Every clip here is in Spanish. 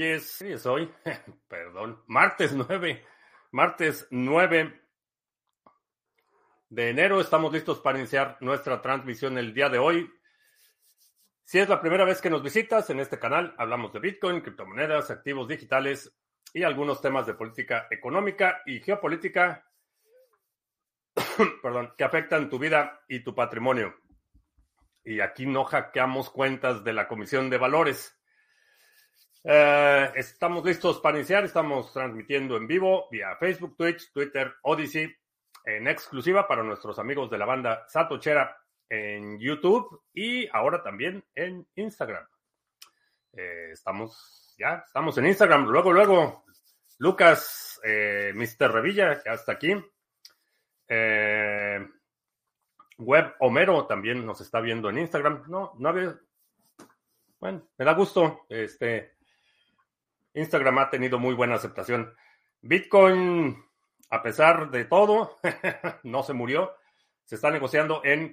es hoy, perdón, martes 9 de enero. Estamos listos para iniciar nuestra transmisión el día de hoy. Si es la primera vez que nos visitas en este canal, hablamos de Bitcoin, criptomonedas, activos digitales y algunos temas de política económica y geopolítica, perdón, que afectan tu vida y tu patrimonio. Y aquí no hackeamos cuentas de la Comisión de Valores. Estamos listos para iniciar. Estamos transmitiendo en vivo vía Facebook, Twitch, Twitter, Odyssey, en exclusiva para nuestros amigos de la banda Satochera en YouTube y ahora también en Instagram. Estamos en Instagram. Luego, Lucas, Mr. Revilla, ya está aquí. Web Homero también nos está viendo en Instagram. No había. Bueno, me da gusto. Instagram ha tenido muy buena aceptación. Bitcoin, a pesar de todo, no se murió. Se está negociando en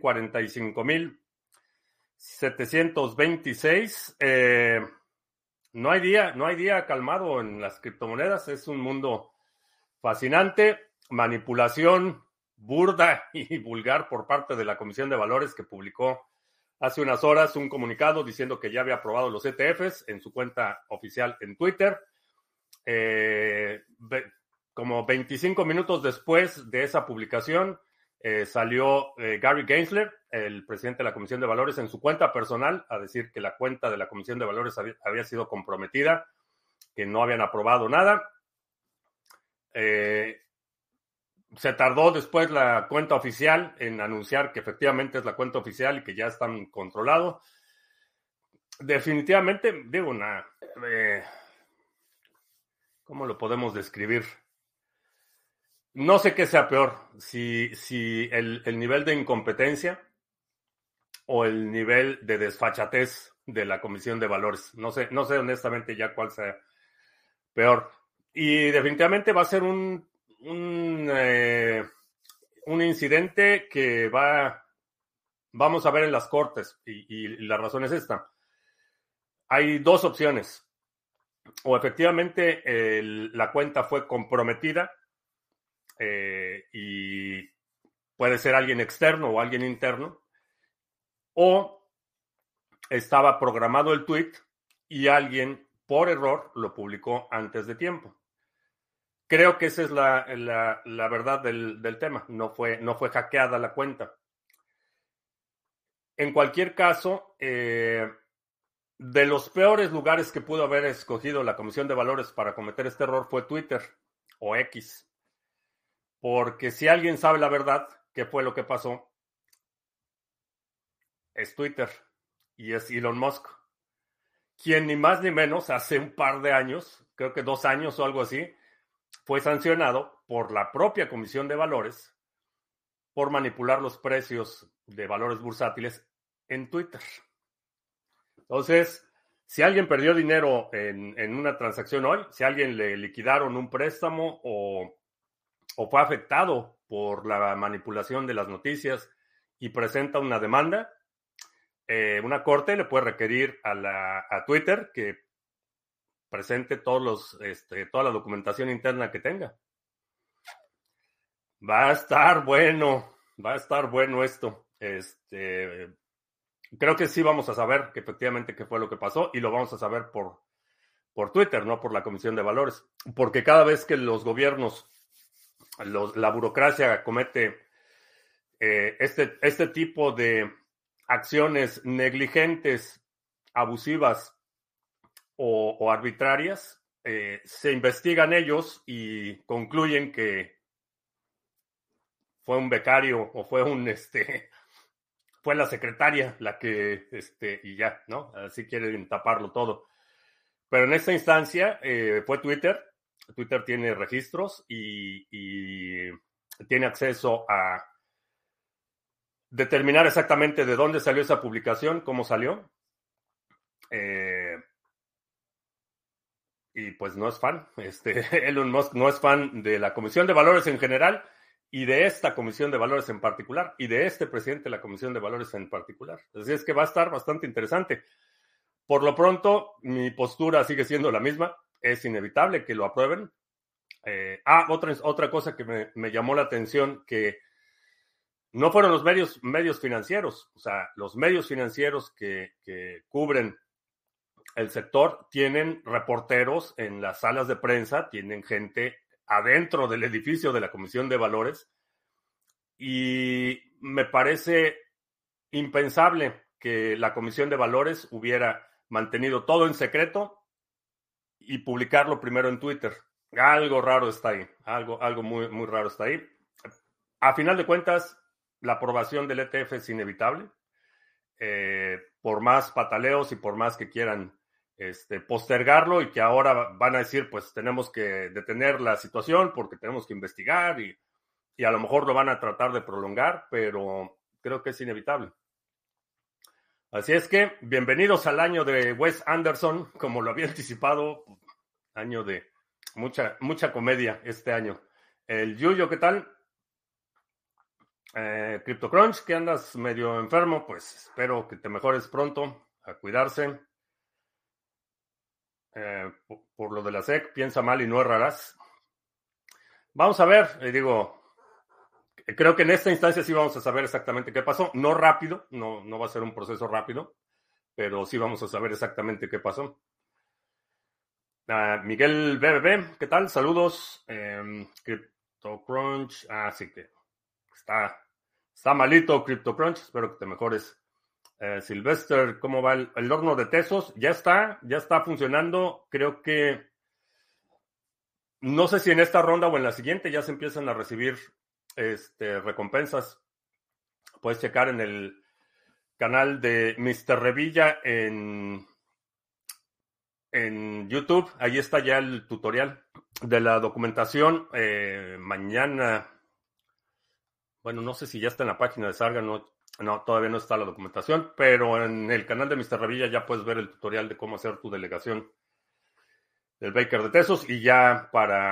45,726. No hay día calmado en las criptomonedas. Es un mundo fascinante. Manipulación burda y vulgar por parte de la Comisión de Valores, que publicó hace unas horas un comunicado diciendo que ya había aprobado los ETFs en su cuenta oficial en Twitter. Como 25 minutos después de esa publicación, salió Gary Gensler, el presidente de la Comisión de Valores, en su cuenta personal a decir que la cuenta de la Comisión de Valores había sido comprometida, que no habían aprobado nada. Se tardó después la cuenta oficial en anunciar que efectivamente es la cuenta oficial y que ya están controlados. Definitivamente, digo, ¿cómo lo podemos describir? No sé qué sea peor, si el nivel de incompetencia o el nivel de desfachatez de la Comisión de Valores. No sé honestamente ya cuál sea peor. Y definitivamente va a ser un incidente que vamos a ver en las cortes, y la razón es esta. Hay dos opciones. O efectivamente la cuenta fue comprometida y puede ser alguien externo o alguien interno, o estaba programado el tweet y alguien por error lo publicó antes de tiempo. Creo que esa es la verdad del tema. No fue hackeada la cuenta. En cualquier caso, de los peores lugares que pudo haber escogido la Comisión de Valores para cometer este error fue Twitter o X. Porque si alguien sabe la verdad, qué fue lo que pasó, es Twitter y es Elon Musk, quien ni más ni menos hace un par de años, creo que 2 años o algo así, fue sancionado por la propia Comisión de Valores por manipular los precios de valores bursátiles en Twitter. Entonces, si alguien perdió dinero en una transacción hoy, si a alguien le liquidaron un préstamo o fue afectado por la manipulación de las noticias y presenta una demanda, una corte le puede requerir a Twitter que presente toda la documentación interna que tenga. Va a estar bueno esto. Creo que sí vamos a saber que efectivamente qué fue lo que pasó, y lo vamos a saber por Twitter, no por la Comisión de Valores. Porque cada vez que los gobiernos, la burocracia comete este tipo de acciones negligentes, abusivas o arbitrarias, se investigan ellos y concluyen que fue un becario o fue fue la secretaria la que, y ya, ¿no? Así quieren taparlo todo. Pero en esta instancia fue Twitter. Twitter tiene registros y tiene acceso a determinar exactamente de dónde salió esa publicación, cómo salió. Y pues no es fan. Elon Musk no es fan de la Comisión de Valores en general y de esta Comisión de Valores en particular y de este presidente de la Comisión de Valores en particular. Así es que va a estar bastante interesante. Por lo pronto, mi postura sigue siendo la misma. es inevitable que lo aprueben. Otra cosa que me llamó la atención, que no fueron los medios financieros, o sea, los medios financieros que cubren el sector tienen reporteros en las salas de prensa, tienen gente adentro del edificio de la Comisión de Valores, y me parece impensable que la Comisión de Valores hubiera mantenido todo en secreto y publicarlo primero en Twitter. Algo raro está ahí, algo muy, muy raro está ahí. A final de cuentas, la aprobación del ETF es inevitable. Por más pataleos y por más que quieran postergarlo, y que ahora van a decir, pues tenemos que detener la situación porque tenemos que investigar, y a lo mejor lo van a tratar de prolongar, pero creo que es inevitable. Así es que, bienvenidos al año de Wes Anderson, como lo había anticipado, año de mucha comedia este año. El Yuyo, ¿qué tal? CryptoCrunch, que andas medio enfermo, pues espero que te mejores pronto, a cuidarse. Por lo de la SEC, piensa mal y no errarás. Vamos a ver, creo que en esta instancia sí vamos a saber exactamente qué pasó. No rápido, no va a ser un proceso rápido, pero sí vamos a saber exactamente qué pasó. Miguel BBB, ¿qué tal? Saludos. CryptoCrunch, sí que está malito CryptoCrunch, espero que te mejores. Sylvester, ¿cómo va el horno de Tesos? Ya está funcionando. Creo que, no sé si en esta ronda o en la siguiente ya se empiezan a recibir recompensas. Puedes checar en el canal de Mr. Revilla en YouTube. Ahí está ya el tutorial de la documentación. Mañana, bueno, no sé si ya está en la página de Sarga, no, todavía no está la documentación, pero en el canal de Mr. Revilla ya puedes ver el tutorial de cómo hacer tu delegación del Baker de Tesos. Y ya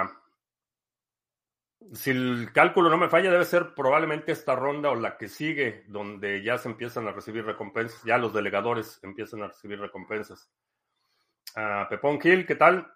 si el cálculo no me falla, debe ser probablemente esta ronda o la que sigue, donde ya se empiezan a recibir recompensas, ya los delegadores empiezan a recibir recompensas. Pepón Gil, ¿qué tal?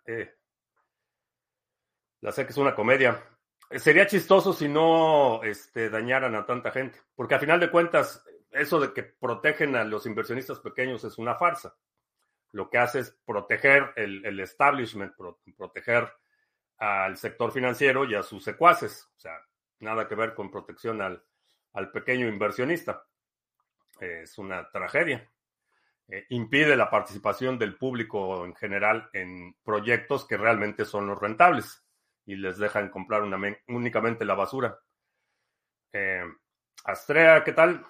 La sé que es una comedia. Sería chistoso si no dañaran a tanta gente, porque a final de cuentas, eso de que protegen a los inversionistas pequeños es una farsa. Lo que hace es proteger el establishment, proteger al sector financiero y a sus secuaces. O sea, nada que ver con protección al pequeño inversionista. Es una tragedia. Impide la participación del público en general en proyectos que realmente son los rentables, y les dejan comprar únicamente la basura. Astrea, ¿qué tal?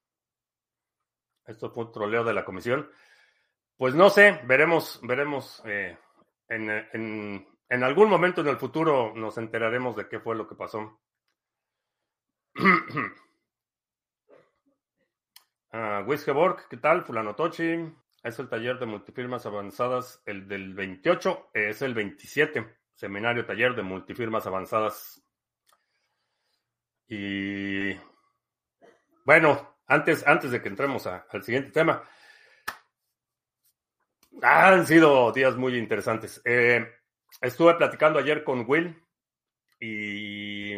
Esto fue un troleo de la comisión. Pues no sé, veremos. En algún momento en el futuro nos enteraremos de qué fue lo que pasó. Wisgeborg, ¿qué tal? Fulano Tochi. Es el taller de multifirmas avanzadas, el del 28, es el 27. Seminario taller de multifirmas avanzadas. Y bueno, antes de que entremos al siguiente tema, han sido días muy interesantes. Estuve platicando ayer con Will y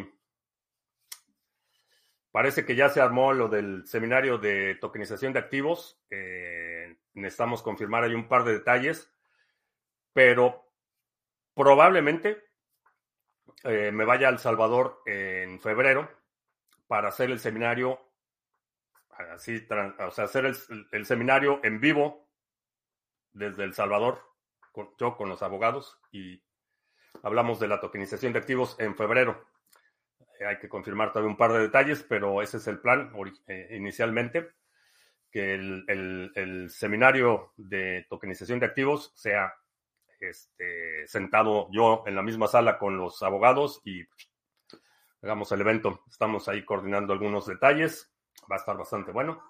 parece que ya se armó lo del seminario de tokenización de activos. Necesitamos confirmar ahí un par de detalles, pero probablemente me vaya a El Salvador en febrero para hacer el seminario, hacer el seminario en vivo desde El Salvador, yo con los abogados, y hablamos de la tokenización de activos en febrero. Hay que confirmar todavía un par de detalles, pero ese es el plan inicialmente, que el seminario de tokenización de activos sea sentado yo en la misma sala con los abogados y hagamos el evento. Estamos ahí coordinando algunos detalles. Va a estar bastante bueno.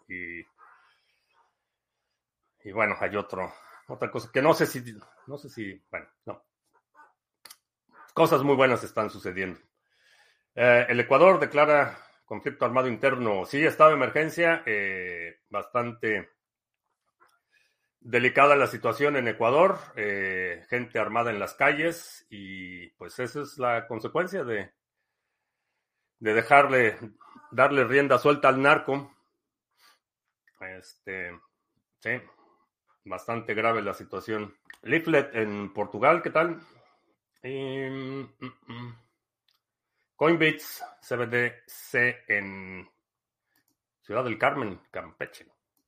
Y bueno, hay otra cosa que no sé si, bueno, no. Cosas muy buenas están sucediendo. El Ecuador declara conflicto armado interno. Sí, estado de emergencia, bastante delicada la situación en Ecuador, gente armada en las calles y pues esa es la consecuencia de darle rienda suelta al narco. Sí, bastante grave la situación. Leaflet en Portugal, ¿qué tal? Coinbase CBDC en Ciudad del Carmen, Campeche.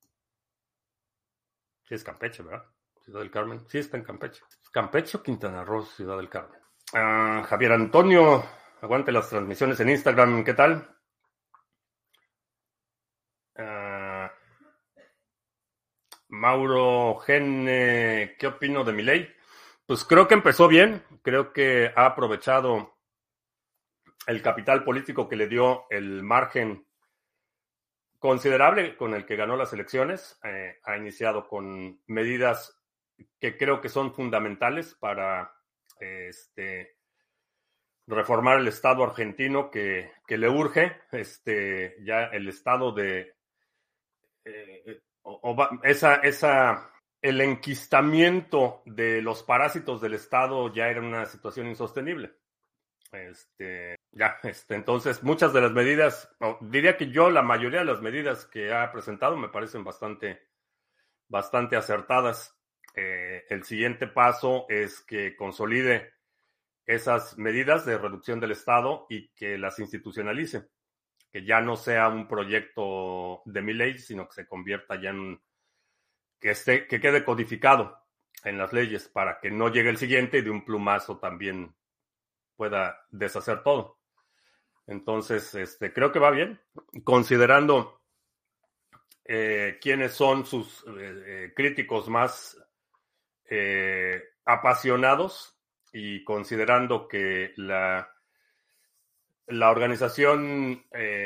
Sí, es Campeche, ¿verdad? Ciudad del Carmen. Sí, está en Campeche. ¿Campeche o Quintana Roo, Ciudad del Carmen? Javier Antonio, aguante las transmisiones en Instagram, ¿qué tal? Mauro Gene, ¿qué opino de Milei? Pues creo que empezó bien, creo que ha aprovechado el capital político que le dio el margen considerable con el que ganó las elecciones. Ha iniciado con medidas que creo que son fundamentales para reformar el Estado argentino que le urge. Ya el estado de el enquistamiento de los parásitos del Estado ya era una situación insostenible. Entonces, muchas de las medidas, diría que la mayoría de las medidas que ha presentado me parecen bastante acertadas. El siguiente paso es que consolide esas medidas de reducción del Estado y que las institucionalice, que ya no sea un proyecto de Milei, sino que se convierta ya en que quede codificado en las leyes para que no llegue el siguiente y de un plumazo también pueda deshacer todo. Entonces, creo que va bien, considerando quiénes son sus críticos más apasionados y considerando que la organización,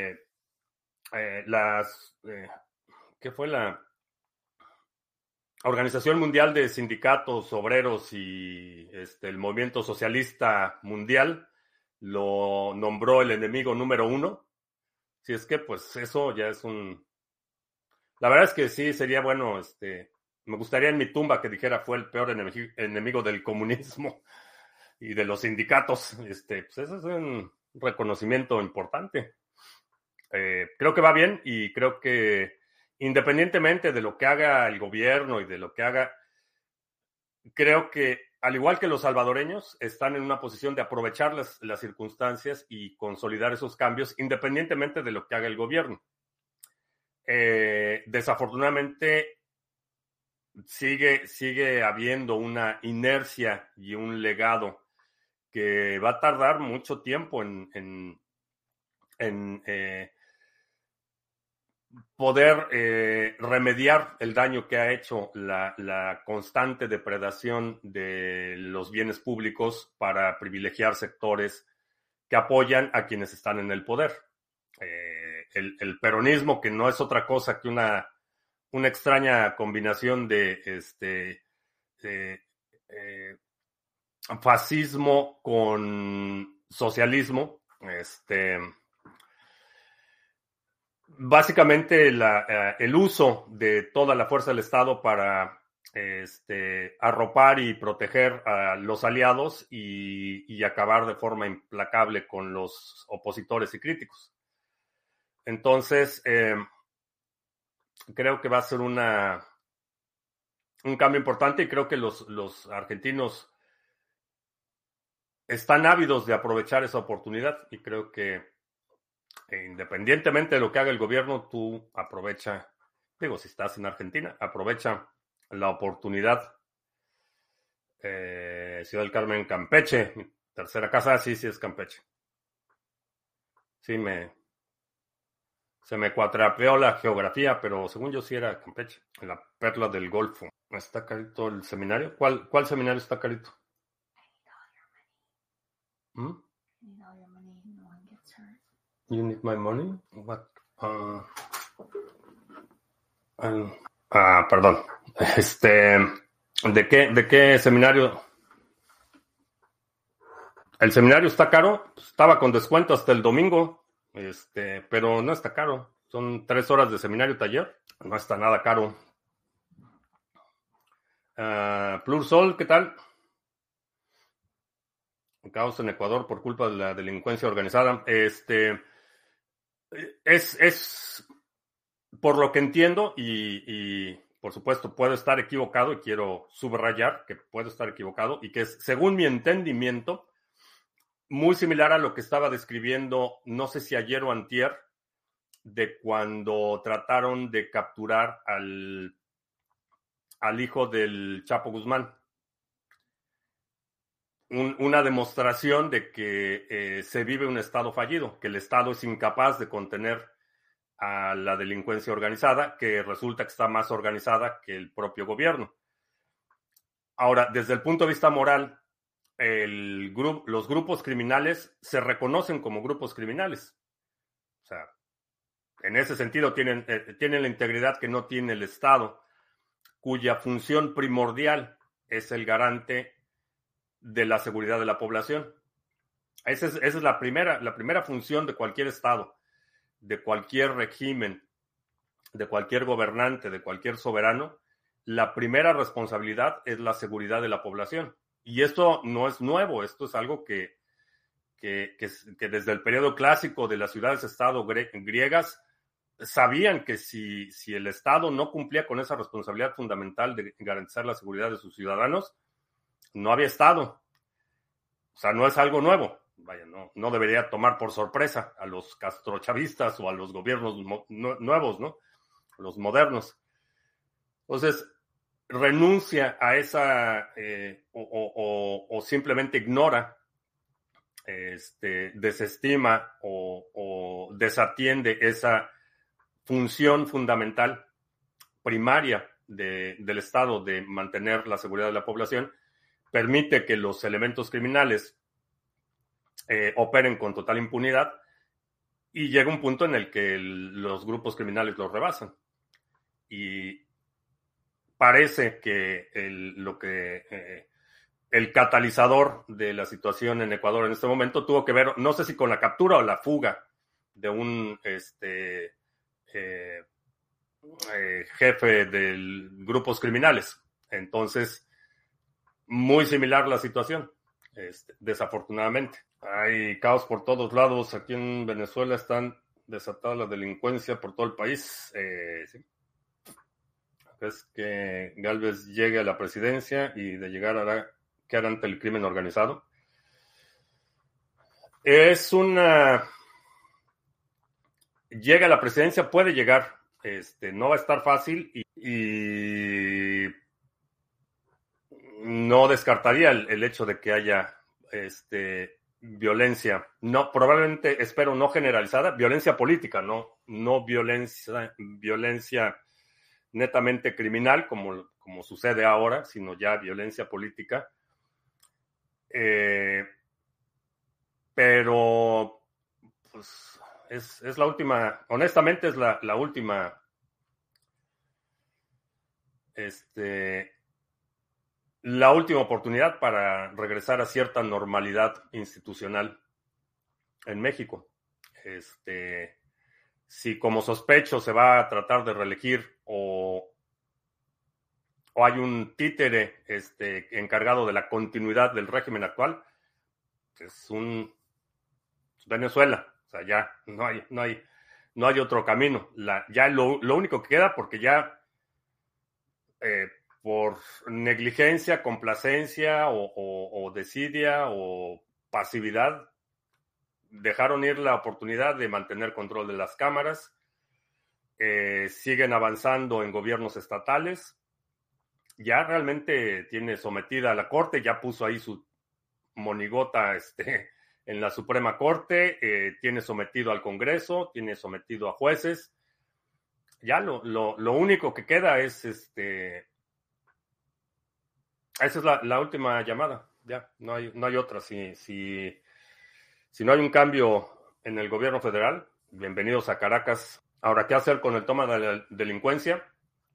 ¿qué fue la Organización Mundial de Sindicatos Obreros y el Movimiento Socialista Mundial lo nombró el enemigo número 1? Si es que, pues, eso ya es La verdad es que sí, sería bueno, me gustaría en mi tumba que dijera fue el peor enemigo del comunismo y de los sindicatos. Pues eso es un reconocimiento importante. Creo que va bien y creo que independientemente de lo que haga el gobierno y de lo que haga, creo que al igual que los salvadoreños, están en una posición de aprovechar las circunstancias y consolidar esos cambios independientemente de lo que haga el gobierno. Desafortunadamente, sigue habiendo una inercia y un legado que va a tardar mucho tiempo en poder remediar el daño que ha hecho la constante depredación de los bienes públicos para privilegiar sectores que apoyan a quienes están en el poder. El peronismo, que no es otra cosa que una extraña combinación de fascismo con socialismo. Básicamente el uso de toda la fuerza del Estado para arropar y proteger a los aliados y acabar de forma implacable con los opositores y críticos. Entonces, creo que va a ser un cambio importante y creo que los argentinos están ávidos de aprovechar esa oportunidad y creo que independientemente de lo que haga el gobierno, tú aprovecha, si estás en Argentina, aprovecha la oportunidad. Ciudad del Carmen, Campeche, mi tercera casa, sí es Campeche. Sí, se me cuatrapeó la geografía, pero según yo sí era Campeche, la perla del Golfo. ¿Está carito el seminario? ¿Cuál seminario está carito? ¿Mm? You need my money? What? Perdón. ¿De qué seminario? El seminario está caro. Estaba con descuento hasta el domingo. Pero no está caro. Son 3 horas de seminario taller. No está nada caro. Plursol, ¿qué tal? Caos en Ecuador por culpa de la delincuencia organizada. Es por lo que entiendo y por supuesto puedo estar equivocado y quiero subrayar que puedo estar equivocado y que es, según mi entendimiento, muy similar a lo que estaba describiendo, no sé si ayer o antier, de cuando trataron de capturar al hijo del Chapo Guzmán. Una demostración de que se vive un Estado fallido, que el Estado es incapaz de contener a la delincuencia organizada, que resulta que está más organizada que el propio gobierno. Ahora, desde el punto de vista moral, los grupos criminales se reconocen como grupos criminales. O sea, en ese sentido tienen la integridad que no tiene el Estado, cuya función primordial es el garante de la seguridad de la población. Esa es la primera función de cualquier Estado, de cualquier régimen, de cualquier gobernante, de cualquier soberano. La primera responsabilidad es la seguridad de la población. Y esto no es nuevo, esto es algo que desde el periodo clásico de las ciudades-estado griegas sabían que si el Estado no cumplía con esa responsabilidad fundamental de garantizar la seguridad de sus ciudadanos, no había Estado. O sea, no es algo nuevo. Vaya, no debería tomar por sorpresa a los castrochavistas o a los gobiernos nuevos, ¿no? Los modernos. Entonces, renuncia a esa o simplemente ignora, desestima o desatiende esa función fundamental primaria del Estado de mantener la seguridad de la población, permite que los elementos criminales operen con total impunidad y llega un punto en el que los grupos criminales los rebasan. Y parece que el catalizador de la situación en Ecuador en este momento tuvo que ver, no sé si con la captura o la fuga de un jefe de grupos criminales. Entonces, muy similar la situación, desafortunadamente. Hay caos por todos lados. Aquí en Venezuela están desatada la delincuencia por todo el país. Sí. Es que Gálvez llegue a la presidencia y de llegar hará que hará ante el crimen organizado. Llega a la presidencia, puede llegar. No va a estar fácil y no descartaría el hecho de que haya violencia, no, probablemente, espero, no generalizada, violencia política, no violencia netamente criminal, como sucede ahora, sino ya violencia política. Pero, pues, es la última, honestamente, es la última, la última oportunidad para regresar a cierta normalidad institucional en México. Si como sospecho se va a tratar de reelegir o hay un títere encargado de la continuidad del régimen actual, es un Venezuela. O sea, ya no hay otro camino. Ya lo único que queda, porque ya por negligencia, complacencia o desidia o pasividad, dejaron ir la oportunidad de mantener control de las cámaras, siguen avanzando en gobiernos estatales, ya realmente tiene sometida a la Corte, ya puso ahí su monigota en la Suprema Corte, tiene sometido al Congreso, tiene sometido a jueces, ya lo único que queda es esa es la última llamada, ya, no hay otra. Si no hay un cambio en el gobierno federal, bienvenidos a Caracas. Ahora, ¿qué hacer con el tema de la delincuencia?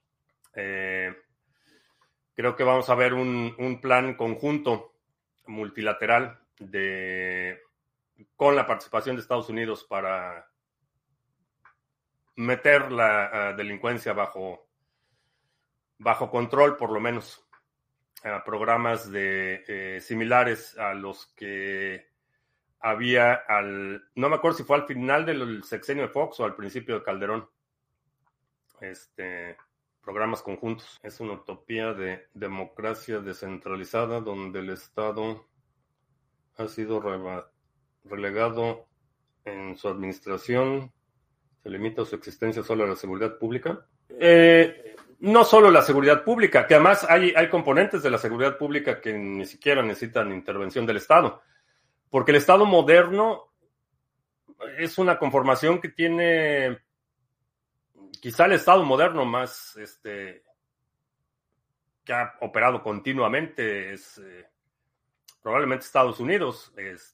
Creo que vamos a ver un plan conjunto multilateral con la participación de Estados Unidos para meter la delincuencia bajo control, por lo menos. a programas similares a los que había no me acuerdo si fue al final del sexenio de Fox o al principio de Calderón. Programas conjuntos. Es una utopía de democracia descentralizada donde el Estado ha sido relegado en su administración. Se limita su existencia solo a la seguridad pública. No solo la seguridad pública, que además hay componentes de la seguridad pública que ni siquiera necesitan intervención del Estado, porque el Estado moderno es una conformación que tiene quizá el Estado moderno más que ha operado continuamente es probablemente Estados Unidos.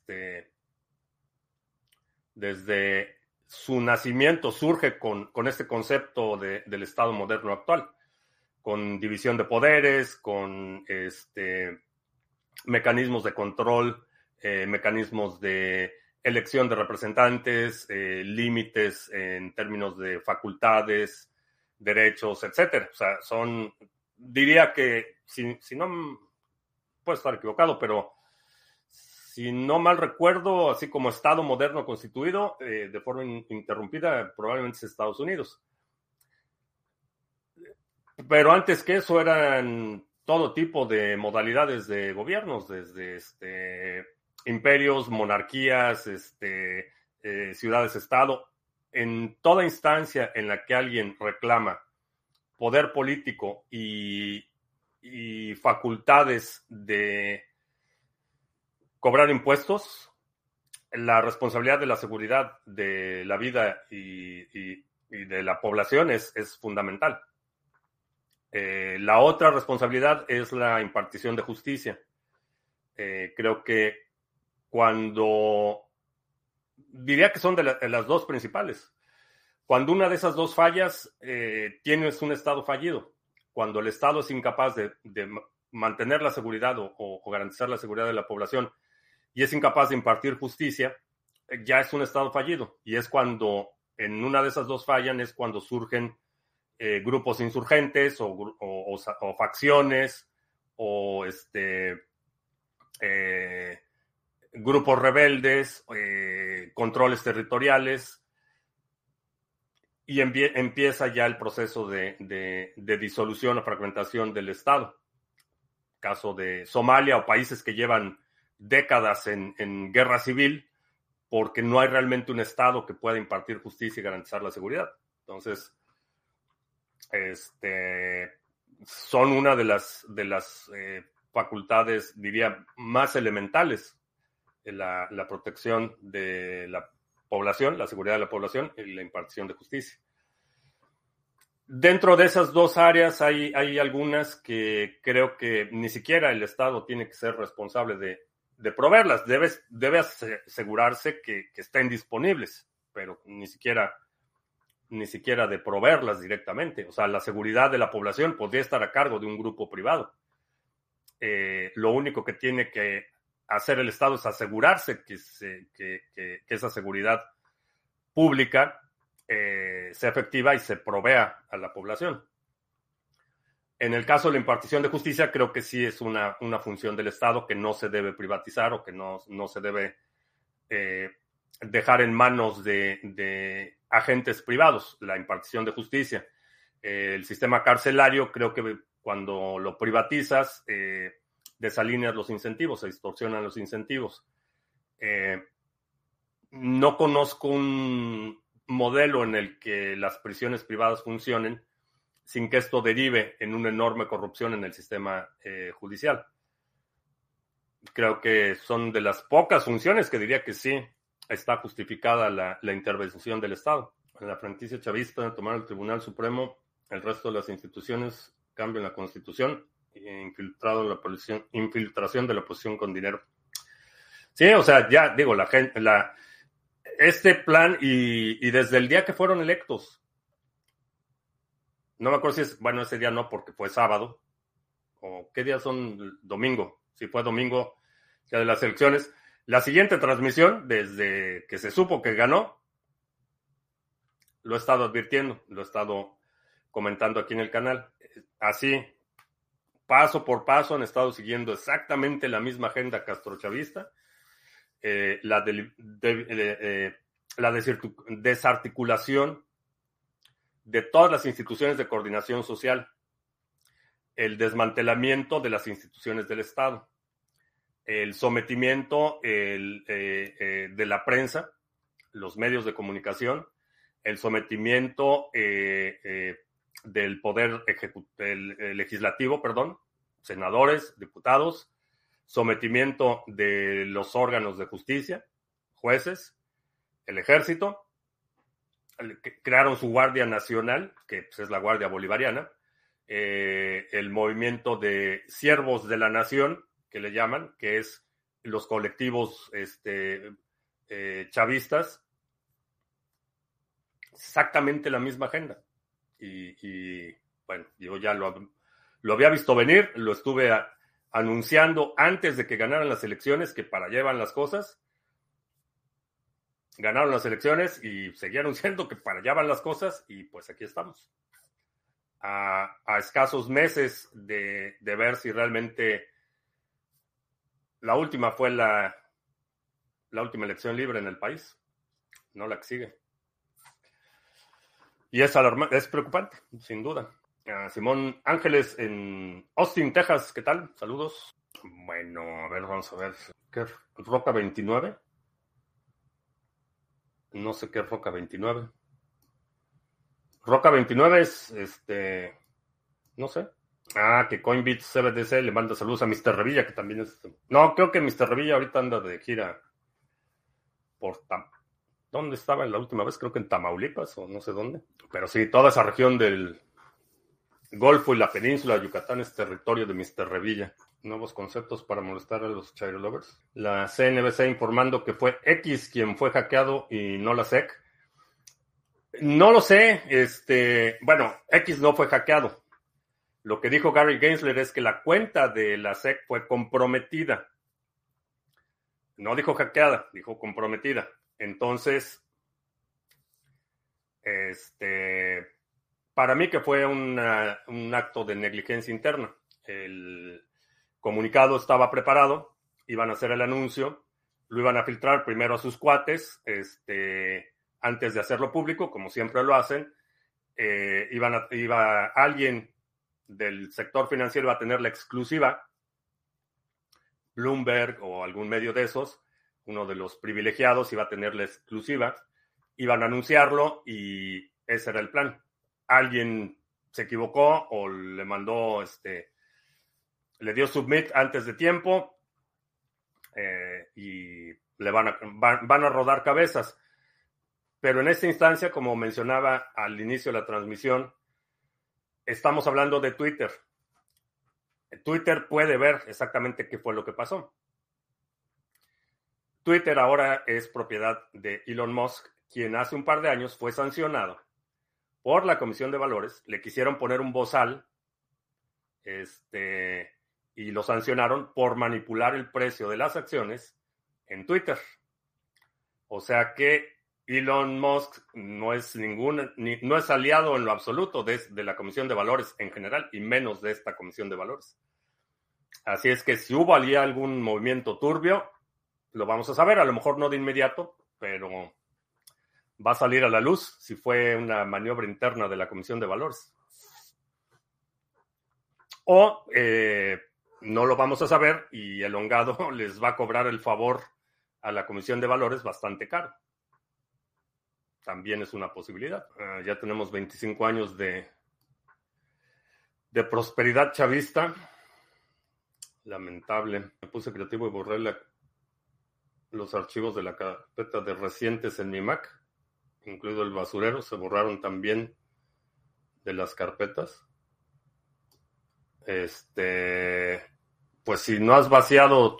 Desde su nacimiento surge con este concepto del Estado moderno actual, con división de poderes, con mecanismos de control, mecanismos de elección de representantes, límites en términos de facultades, derechos, etcétera. O sea, diría que, si no, puedo estar equivocado, pero si no mal recuerdo, así como Estado moderno constituido, de forma interrumpida, probablemente es Estados Unidos. Pero antes que eso eran todo tipo de modalidades de gobiernos, desde imperios, monarquías, ciudades-estado. En toda instancia en la que alguien reclama poder político y facultades de cobrar impuestos, la responsabilidad de la seguridad de la vida y de la población es fundamental. La otra responsabilidad es la impartición de justicia. Creo que diría que son de las dos principales. Cuando una de esas dos fallas, tienes un Estado fallido. Cuando el Estado es incapaz de mantener la seguridad o garantizar la seguridad de la población y es incapaz de impartir justicia, ya es un Estado fallido. Y es cuando en una de esas dos fallan, es cuando surgen grupos insurgentes o facciones o grupos rebeldes, controles territoriales, y empieza ya el proceso de disolución o fragmentación del Estado. Caso de Somalia o países que llevan décadas en guerra civil porque no hay realmente un Estado que pueda impartir justicia y garantizar la seguridad. Entonces, son una de las facultades, diría, más elementales de la protección de la población, la seguridad de la población y la impartición de justicia. Dentro de esas dos áreas hay algunas que creo que ni siquiera el Estado tiene que ser responsable de proveerlas. Debe asegurarse que estén disponibles, pero ni siquiera de proveerlas directamente. O sea, la seguridad de la población podría estar a cargo de un grupo privado. Lo único que tiene que hacer el Estado es asegurarse que esa seguridad pública sea efectiva y se provea a la población. En el caso de la impartición de justicia, creo que sí es una función del Estado que no se debe privatizar o que no se debe dejar en manos de agentes privados, la impartición de justicia. El sistema carcelario, creo que cuando lo privatizas, desalineas los incentivos, se distorsionan los incentivos. No conozco un modelo en el que las prisiones privadas funcionen sin que esto derive en una enorme corrupción en el sistema judicial. Creo que son de las pocas funciones que diría que sí está justificada la intervención del Estado. En la franquicia chavista, tomar el Tribunal Supremo, el resto de las instituciones cambian la Constitución e infiltración de la oposición con dinero. Sí, o sea, ya digo, este plan y desde el día que fueron electos, no me acuerdo si ese día no, porque fue sábado, o qué días son, domingo, si fue domingo, ya de las elecciones. La siguiente transmisión, desde que se supo que ganó, lo he estado advirtiendo, lo he estado comentando aquí en el canal. Así, paso por paso han estado siguiendo exactamente la misma agenda castrochavista, la desarticulación de todas las instituciones de coordinación social, el desmantelamiento de las instituciones del Estado, el sometimiento de la prensa, los medios de comunicación, el sometimiento del poder legislativo, senadores, diputados, sometimiento de los órganos de justicia, jueces, el ejército, crearon su Guardia Nacional, que pues, es la Guardia Bolivariana, el movimiento de siervos de la nación, que le llaman, que es los colectivos chavistas, exactamente la misma agenda. Y bueno, yo ya lo había visto venir, lo estuve anunciando antes de que ganaran las elecciones, que para allá van las cosas. Ganaron las elecciones y seguía anunciando que para allá van las cosas y pues aquí estamos. A escasos meses de ver si realmente la última fue la última elección libre en el país, no la que sigue. Y es preocupante, sin duda. Simón Ángeles en Austin, Texas, ¿qué tal? Saludos. Bueno, a ver, vamos a ver. ¿Qué? ¿Roca 29? No sé qué es Roca 29. Roca 29 es, no sé. Que Coinbits CBDC le manda saludos a Mr. Revilla, que también es... No, creo que Mr. Revilla ahorita anda de gira por ¿dónde estaba la última vez? Creo que en Tamaulipas o no sé dónde. Pero sí, toda esa región del Golfo y la península de Yucatán es territorio de Mr. Revilla. Nuevos conceptos para molestar a los Chairo Lovers. La CNBC informando que fue X quien fue hackeado y no la SEC. No lo sé. Bueno, X no fue hackeado. Lo que dijo Gary Gensler es que la cuenta de la SEC fue comprometida. No dijo hackeada, dijo comprometida. Entonces, para mí que fue un acto de negligencia interna. El comunicado estaba preparado, iban a hacer el anuncio, lo iban a filtrar primero a sus cuates, antes de hacerlo público, como siempre lo hacen. Iba alguien del sector financiero a tener la exclusiva, Bloomberg o algún medio de esos, uno de los privilegiados iba a tener la exclusiva, iban a anunciarlo y ese era el plan. Alguien se equivocó o le mandó, le dio submit antes de tiempo y le van a rodar cabezas. Pero en esta instancia, como mencionaba al inicio de la transmisión, estamos hablando de Twitter. Twitter puede ver exactamente qué fue lo que pasó. Twitter ahora es propiedad de Elon Musk, quien hace un par de años fue sancionado por la Comisión de Valores. Le quisieron poner un bozal y lo sancionaron por manipular el precio de las acciones en Twitter. O sea que Elon Musk no es no es aliado en lo absoluto de la Comisión de Valores en general y menos de esta Comisión de Valores. Así es que si hubo allí algún movimiento turbio, lo vamos a saber, a lo mejor no de inmediato, pero va a salir a la luz si fue una maniobra interna de la Comisión de Valores. O no lo vamos a saber y el hongado les va a cobrar el favor a la Comisión de Valores bastante caro. También es una posibilidad. Ya tenemos 25 años de prosperidad chavista. Lamentable. Me puse creativo y borré los archivos de la carpeta de recientes en mi Mac, incluido el basurero. Se borraron también de las carpetas. Pues si no has vaciado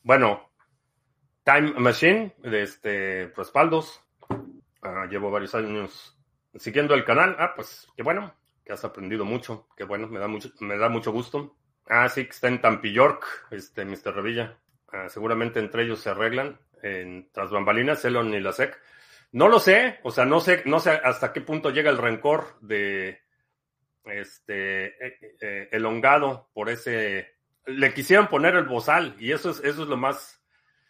Time Machine de respaldos. Llevo varios años siguiendo el canal. Pues qué bueno, que has aprendido mucho. Qué bueno, me da mucho gusto. Sí, que está en Tampi York, Mr. Revilla. Seguramente entre ellos se arreglan tras bambalinas, Elon y la SEC. No lo sé, o sea, no sé hasta qué punto llega el rencor de elongado por ese. Le quisieron poner el bozal y eso es lo más,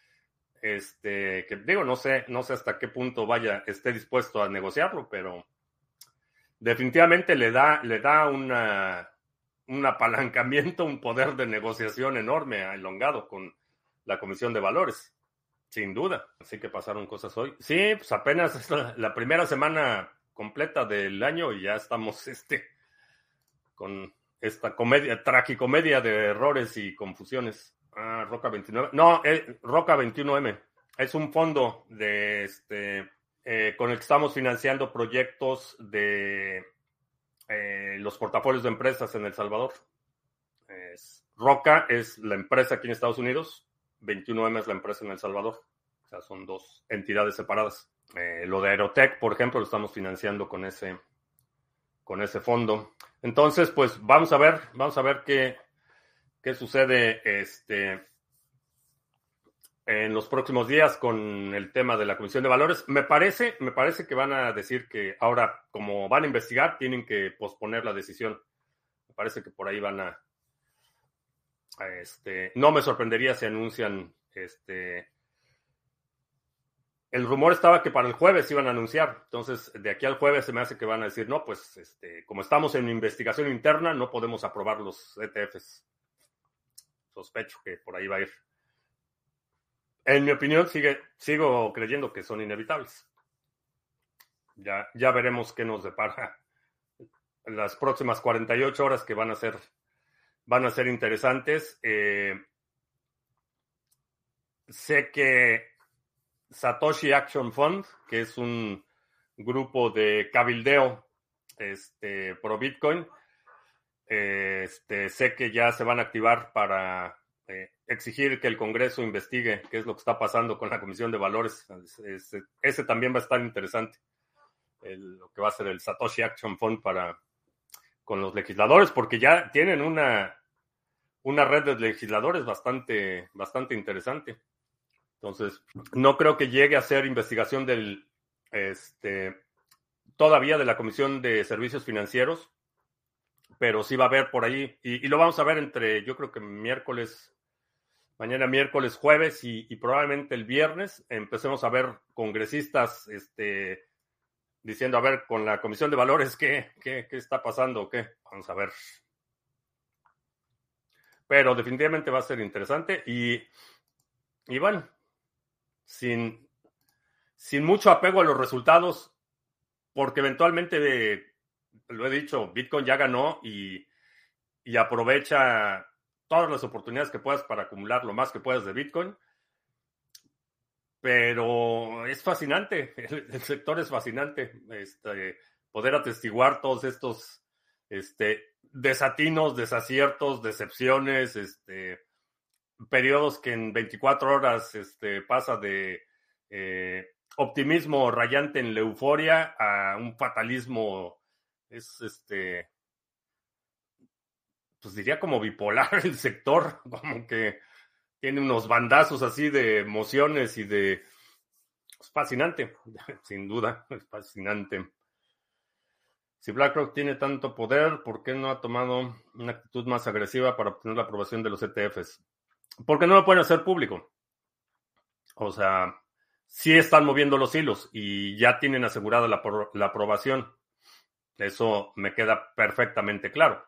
que digo, no sé hasta qué punto esté dispuesto a negociarlo, pero definitivamente le da un apalancamiento, un poder de negociación enorme a Elongado con la Comisión de Valores, sin duda. Así que pasaron cosas hoy. Sí, pues apenas es la primera semana completa del año y ya estamos con esta tragicomedia de errores y confusiones. Roca 29. No, Roca 21M. Es un fondo con el que estamos financiando proyectos de los portafolios de empresas en El Salvador. Roca es la empresa aquí en Estados Unidos, 21M es la empresa en El Salvador. O sea, son dos entidades separadas. Lo de Aerotech, por ejemplo, lo estamos financiando con ese fondo. Entonces, pues vamos a ver qué sucede en los próximos días con el tema de la Comisión de Valores. Me parece que van a decir que ahora, como van a investigar, tienen que posponer la decisión. Me parece que por ahí van a no me sorprendería si anuncian el rumor estaba que para el jueves iban a anunciar. Entonces, de aquí al jueves se me hace que van a decir, no, pues, como estamos en investigación interna, no podemos aprobar los ETFs. Sospecho que por ahí va a ir. En mi opinión, sigo creyendo que son inevitables. Ya veremos qué nos depara las próximas 48 horas que van a ser interesantes. Sé que Satoshi Action Fund, que es un grupo de cabildeo pro Bitcoin, sé que ya se van a activar para exigir que el Congreso investigue qué es lo que está pasando con la Comisión de Valores. Ese también va a estar interesante, lo que va a ser el Satoshi Action Fund con los legisladores, porque ya tienen una red de legisladores bastante interesante. Entonces, no creo que llegue a ser investigación todavía de la Comisión de Servicios Financieros, pero sí va a haber por ahí, y lo vamos a ver yo creo que mañana miércoles, jueves y probablemente el viernes, empecemos a ver congresistas diciendo, a ver, con la Comisión de Valores, ¿qué está pasando o qué? Vamos a ver. Pero definitivamente va a ser interesante y bueno, sin mucho apego a los resultados, porque eventualmente, lo he dicho, Bitcoin ya ganó y aprovecha todas las oportunidades que puedas para acumular lo más que puedas de Bitcoin. Pero es fascinante, el sector es fascinante, poder atestiguar todos estos desatinos, desaciertos, decepciones, periodos que en 24 horas pasa de optimismo rayante en la euforia a un fatalismo, pues diría como bipolar el sector, como que tiene unos bandazos así de emociones y es fascinante, sin duda, es fascinante. Si BlackRock tiene tanto poder, ¿por qué no ha tomado una actitud más agresiva para obtener la aprobación de los ETFs? Porque no lo pueden hacer público. O sea, sí están moviendo los hilos y ya tienen asegurada la aprobación. Eso me queda perfectamente claro.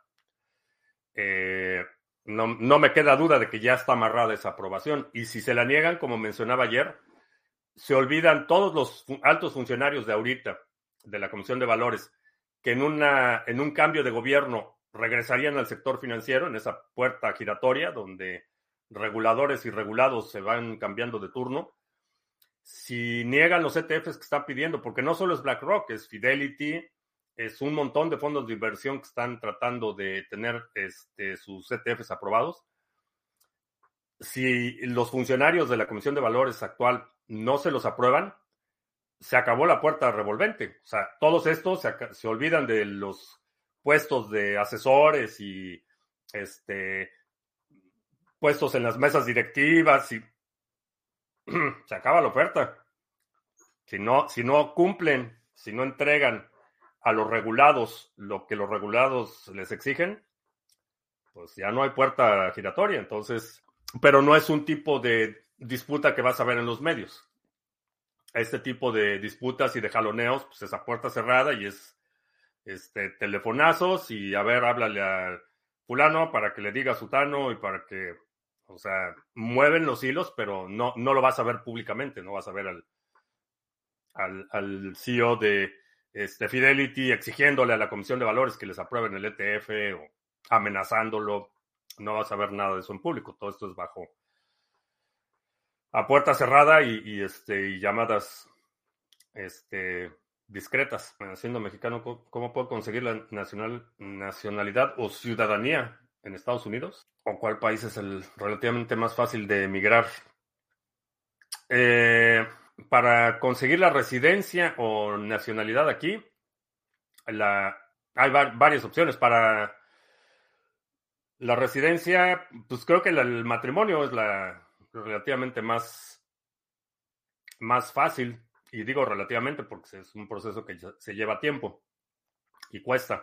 No me queda duda de que ya está amarrada esa aprobación. Y si se la niegan, como mencionaba ayer, se olvidan todos los altos funcionarios de ahorita, de la Comisión de Valores, que en un cambio de gobierno regresarían al sector financiero, en esa puerta giratoria donde reguladores y regulados se van cambiando de turno. Si niegan los ETFs que están pidiendo, porque no solo es BlackRock, es Fidelity, es un montón de fondos de inversión que están tratando de tener sus ETFs aprobados. Si los funcionarios de la Comisión de Valores actual no se los aprueban, se acabó la puerta revolvente. O sea, todos estos se olvidan de los puestos de asesores y puestos en las mesas directivas y se acaba la oferta. Si no cumplen, si no entregan a los regulados lo que los regulados les exigen, pues ya no hay puerta giratoria. Entonces, pero no es un tipo de disputa que vas a ver en los medios. Este tipo de disputas y de jaloneos, pues es a puerta cerrada y es telefonazos y a ver, háblale a fulano para que le diga a sutano y para que, o sea, mueven los hilos, pero no lo vas a ver públicamente, no vas a ver al CEO de Fidelity exigiéndole a la Comisión de Valores que les aprueben el ETF o amenazándolo. No vas a ver nada de eso en público. Todo esto es bajo a puerta cerrada y llamadas discretas. Siendo mexicano, ¿cómo puedo conseguir la nacionalidad o ciudadanía en Estados Unidos? ¿O cuál país es el relativamente más fácil de emigrar? Para conseguir la residencia o nacionalidad aquí, hay varias opciones. Para la residencia, pues creo que el matrimonio es la relativamente más fácil. Y digo relativamente porque es un proceso que se lleva tiempo y cuesta.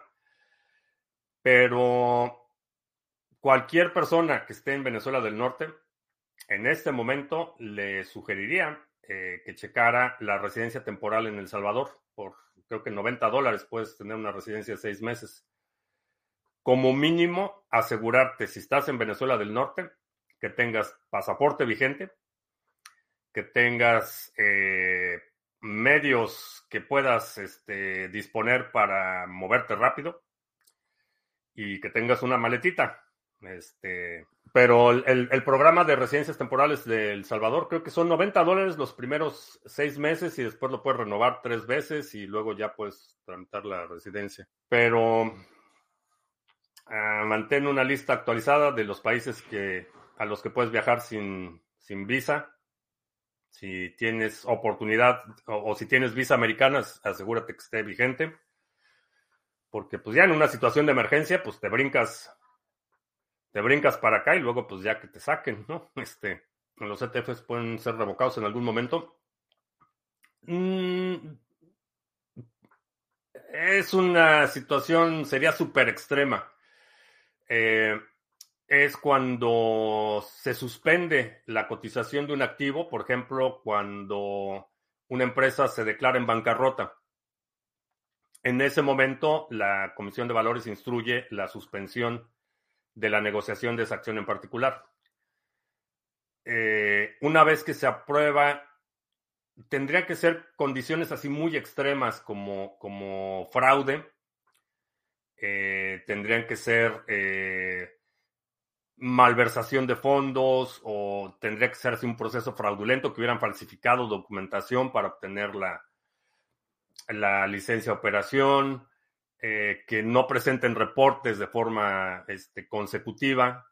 Pero cualquier persona que esté en Venezuela del Norte, en este momento le sugeriría que checara la residencia temporal en El Salvador. Por creo que $90 puedes tener una residencia de 6 meses. Como mínimo, asegurarte, si estás en Venezuela del Norte, que tengas pasaporte vigente, que tengas medios que puedas disponer para moverte rápido y que tengas una maletita. Pero el programa de residencias temporales de El Salvador creo que son $90 los primeros 6 meses y después lo puedes renovar 3 veces y luego ya puedes tramitar la residencia. Pero mantén una lista actualizada de los países a los que puedes viajar sin visa. Si tienes oportunidad o si tienes visa americana, asegúrate que esté vigente. Porque pues ya en una situación de emergencia, pues te brincas para acá y luego pues ya que te saquen, ¿no? Los ETFs pueden ser revocados en algún momento. Es una situación, sería súper extrema. Es cuando se suspende la cotización de un activo, por ejemplo, cuando una empresa se declara en bancarrota. En ese momento, la Comisión de Valores instruye la suspensión de la negociación de esa acción en particular. Una vez que se aprueba, tendría que ser condiciones así muy extremas como fraude. Tendrían que ser malversación de fondos o tendría que ser así un proceso fraudulento que hubieran falsificado documentación para obtener la licencia de operación, que no presenten reportes de forma consecutiva.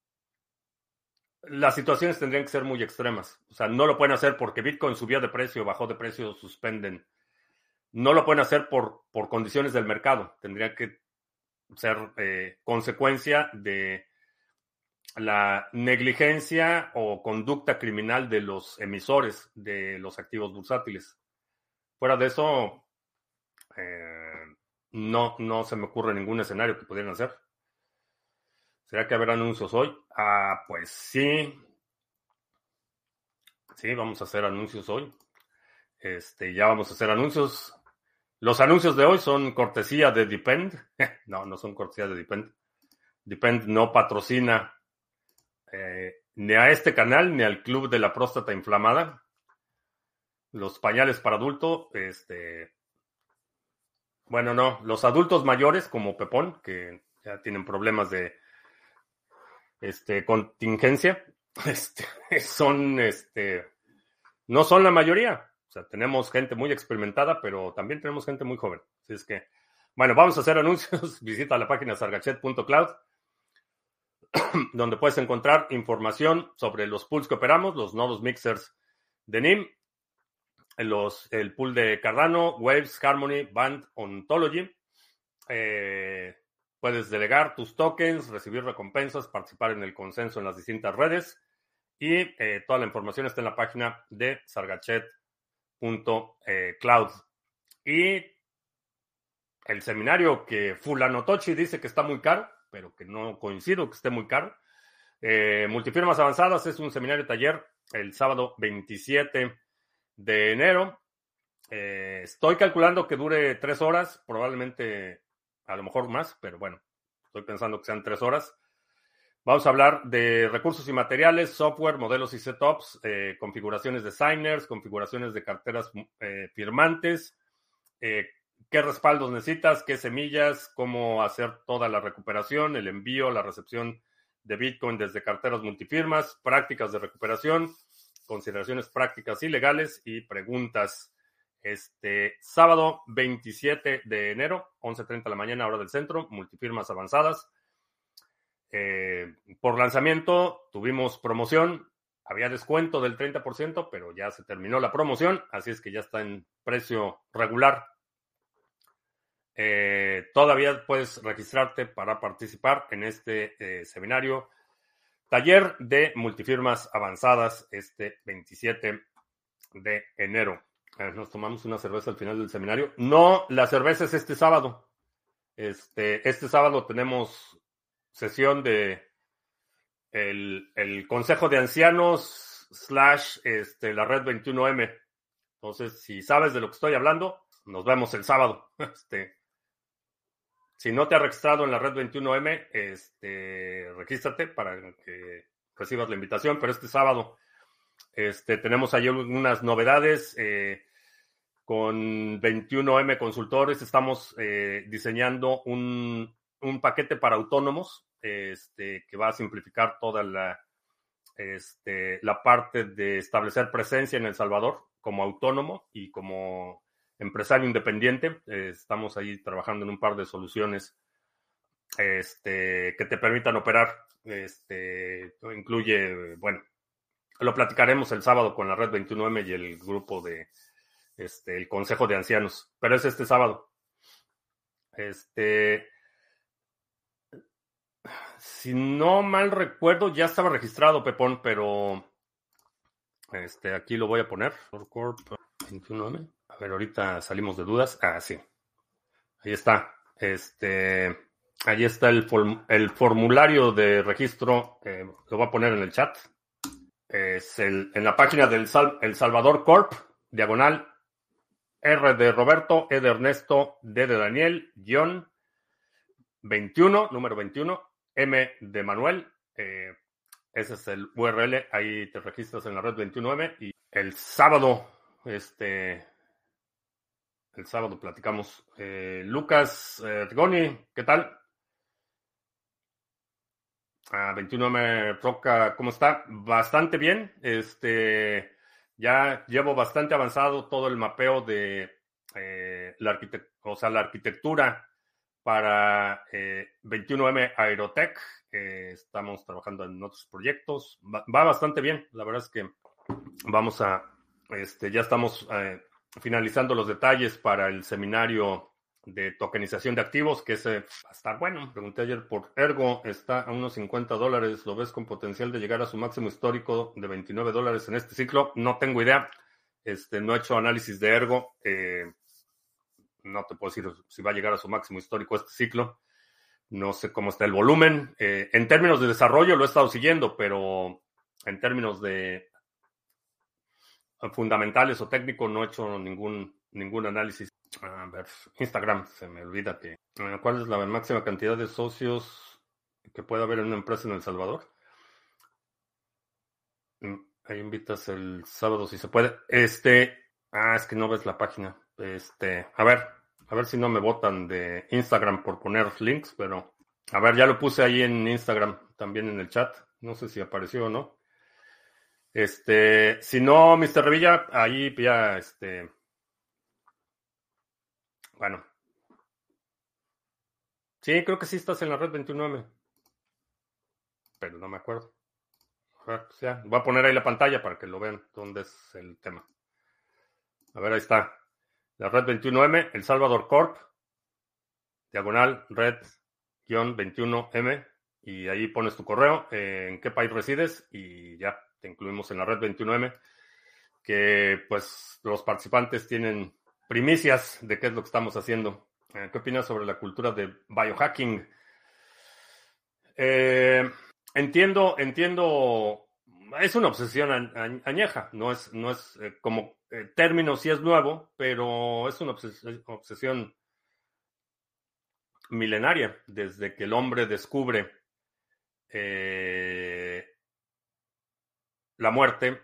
Las situaciones tendrían que ser muy extremas. O sea, no lo pueden hacer porque Bitcoin subió de precio, bajó de precio, suspenden. No lo pueden hacer por condiciones del mercado. Tendría que ser consecuencia de la negligencia o conducta criminal de los emisores de los activos bursátiles. Fuera de eso, no se me ocurre ningún escenario que pudieran hacer. ¿Será que habrá anuncios hoy? Pues sí. Sí, vamos a hacer anuncios hoy. Ya vamos a hacer anuncios. Los anuncios de hoy son cortesía de Depend. No son cortesía de Depend. Depend no patrocina ni a este canal ni al Club de la Próstata Inflamada. Los pañales para adulto, bueno, no, los adultos mayores como Pepón, que ya tienen problemas de contingencia, son, no son la mayoría. O sea, tenemos gente muy experimentada, pero también tenemos gente muy joven. Así es que, bueno, vamos a hacer anuncios. Visita la página sargachet.cloud, donde puedes encontrar información sobre los pools que operamos, los nodos mixers de NIM, el pool de Cardano, Waves, Harmony, Band, Ontology. Puedes delegar tus tokens, recibir recompensas, participar en el consenso en las distintas redes y toda la información está en la página de sargachet.cloud. Y el seminario que Fulano Tochi dice que está muy caro, pero que no coincido que esté muy caro. Multifirmas Avanzadas es un seminario taller el sábado 27 de enero. Estoy calculando que dure 3 horas, probablemente a lo mejor más, pero bueno, estoy pensando que sean 3 horas. Vamos a hablar de recursos y materiales, software, modelos y setups, configuraciones de signers, configuraciones de carteras firmantes, qué respaldos necesitas, qué semillas, cómo hacer toda la recuperación, el envío, la recepción de Bitcoin desde carteras multifirmas, prácticas de recuperación, consideraciones prácticas y legales y preguntas. Sábado 27 de enero, 11:30 de la mañana, hora del centro, multifirmas avanzadas. Por lanzamiento tuvimos promoción, había descuento del 30%, pero ya se terminó la promoción, así es que ya está en precio regular. Todavía puedes registrarte para participar en este seminario, taller de multifirmas avanzadas, 27 de enero. Nos tomamos una cerveza al final del seminario. No, la cerveza es este sábado. Este sábado tenemos sesión de el Consejo de Ancianos / la Red 21M. Entonces, si sabes de lo que estoy hablando, nos vemos el sábado. Si no te has registrado en la Red 21M, regístrate para que recibas la invitación. Pero este sábado tenemos ahí unas novedades. Con 21M Consultores estamos diseñando un paquete para autónomos que va a simplificar toda la parte de establecer presencia en El Salvador como autónomo y como empresario independiente. Estamos ahí trabajando en un par de soluciones que te permitan operar. Incluye, bueno, lo platicaremos el sábado con la Red 21M y el grupo de el Consejo de Ancianos, pero es este sábado. Si no mal recuerdo, ya estaba registrado, Pepón, pero aquí lo voy a poner. Corp 21M. A ver, ahorita salimos de dudas. Ah, sí. Ahí está. Ahí está el formulario de registro. Lo voy a poner en el chat. Es en la página del El Salvador Corp, diagonal R de Roberto, E de Ernesto, D de Daniel, guión 21, número 21, M de Manuel. Ese es el URL. Ahí te registras en la red 21M. Y el sábado, el sábado platicamos. Lucas Rigoni, ¿qué tal? 21M Roca, ¿cómo está? Bastante bien. Ya llevo bastante avanzado todo el mapeo de la arquitectura para 21M Aerotech. Estamos trabajando en otros proyectos. Va bastante bien. La verdad es que vamos a, ya estamos finalizando los detalles para el seminario de tokenización de activos, que ese va a estar bueno. Pregunté ayer por Ergo, está a unos $50. ¿Lo ves con potencial de llegar a su máximo histórico de $29 en este ciclo? No tengo idea. No he hecho análisis de Ergo. No te puedo decir si va a llegar a su máximo histórico este ciclo. No sé cómo está el volumen. En términos de desarrollo lo he estado siguiendo, pero en términos de fundamentales o técnico no he hecho ningún análisis. A ver, Instagram, se me olvida que... ¿Cuál es la máxima cantidad de socios que puede haber en una empresa en El Salvador? Ahí invitas el sábado si se puede. Es que no ves la página. A ver si no me botan de Instagram por poner links, pero... A ver, ya lo puse ahí en Instagram, también en el chat. No sé si apareció o no. Si no, Mr. Revilla, ahí ya, bueno. Sí, creo que sí estás en la red 29, pero no me acuerdo. A ver, pues ya, voy a poner ahí la pantalla para que lo vean dónde es el tema. A ver, ahí está. La red 21M, El Salvador Corp, diagonal, red-21M, y ahí pones tu correo, en qué país resides, y ya, te incluimos en la red 21M, que pues los participantes tienen primicias de qué es lo que estamos haciendo. ¿Qué opinas sobre la cultura de biohacking? Eh, entiendo, es una obsesión añeja, no es como término sí es nuevo, pero es una obsesión milenaria, desde que el hombre descubre eh, la muerte,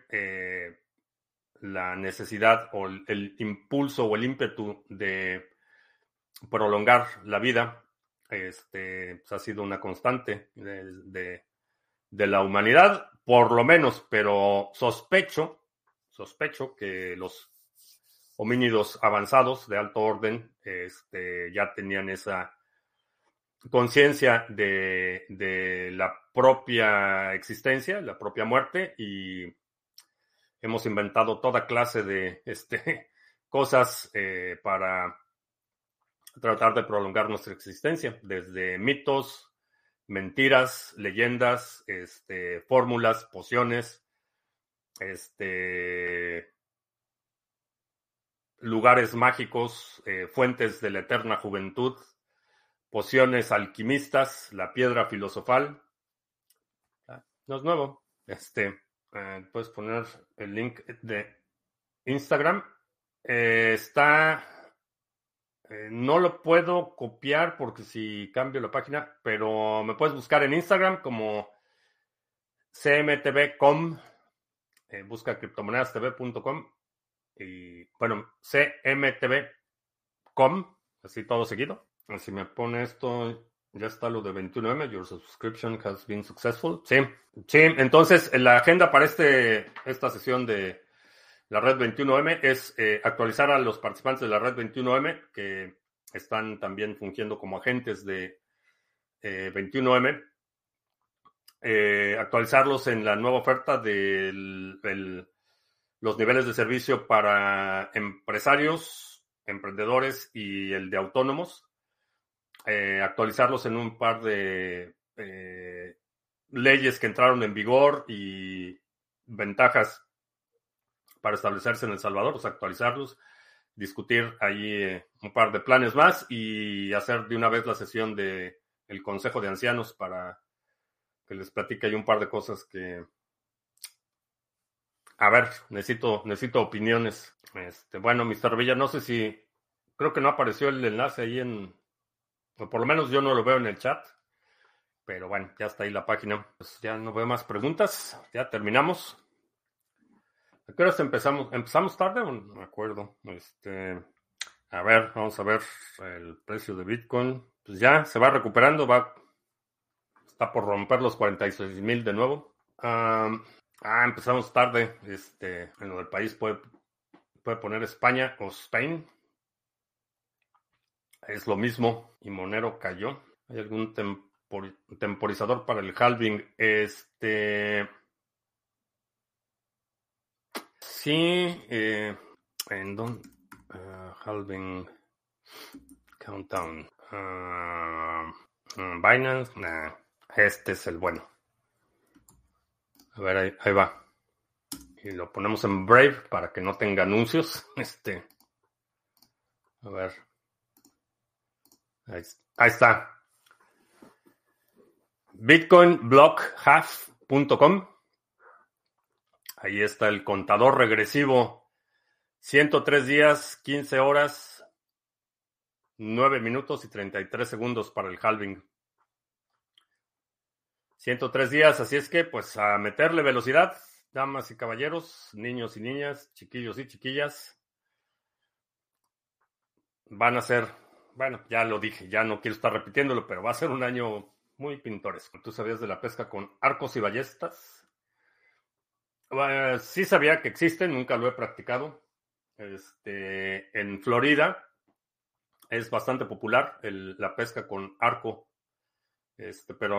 la necesidad o el impulso o el ímpetu de prolongar la vida, pues ha sido una constante de la humanidad, por lo menos, pero sospecho que los homínidos avanzados de alto orden ya tenían esa conciencia de la propia existencia, la propia muerte, y hemos inventado toda clase de cosas para tratar de prolongar nuestra existencia, desde mitos, mentiras, leyendas, fórmulas, pociones, lugares mágicos, fuentes de la eterna juventud, pociones alquimistas, la piedra filosofal. No es nuevo. Puedes poner el link de Instagram. No lo puedo copiar porque si cambio la página, pero me puedes buscar en Instagram como cmtv.com. Busca criptomonedastv.com y bueno, cmtv.com, así todo seguido. Si me pone esto, ya está lo de 21M, your subscription has been successful. Sí, sí, entonces la agenda para esta sesión de la red 21M es actualizar a los participantes de la red 21M que están también fungiendo como agentes de 21M, actualizarlos en la nueva oferta de los niveles de servicio para empresarios, emprendedores y el de autónomos, actualizarlos en un par de leyes que entraron en vigor y ventajas para establecerse en El Salvador, o sea, actualizarlos, discutir ahí un par de planes más y hacer de una vez la sesión de el Consejo de Ancianos para que les platique ahí un par de cosas que, a ver, necesito opiniones. Bueno, Mr. Villa, no sé si, creo que no apareció el enlace ahí o por lo menos yo no lo veo en el chat, pero bueno, ya está ahí la página. Pues ya no veo más preguntas, ya terminamos. ¿A qué horas empezamos? ¿Empezamos tarde? No me acuerdo. A ver, vamos a ver el precio de Bitcoin. Pues ya se va recuperando, está por romper los 46,000 de nuevo. Empezamos tarde. En lo del país puede poner España o Spain. Es lo mismo. Y Monero cayó. ¿Hay algún temporizador para el halving? Sí. ¿En dónde? Halving Countdown. Binance. Nah. Este es el bueno. A ver, ahí va. Y lo ponemos en Brave para que no tenga anuncios. A ver. Ahí está. Bitcoinblockhalf.com. Ahí está el contador regresivo. 103 días, 15 horas, 9 minutos y 33 segundos para el halving. 103 días, así es que pues a meterle velocidad, damas y caballeros, niños y niñas, chiquillos y chiquillas. Van a ser, bueno, ya lo dije, ya no quiero estar repitiéndolo, pero va a ser un año muy pintoresco. ¿Tú sabías de la pesca con arcos y ballestas? Sí sabía que existen, nunca lo he practicado. En Florida es bastante popular la pesca con arco, pero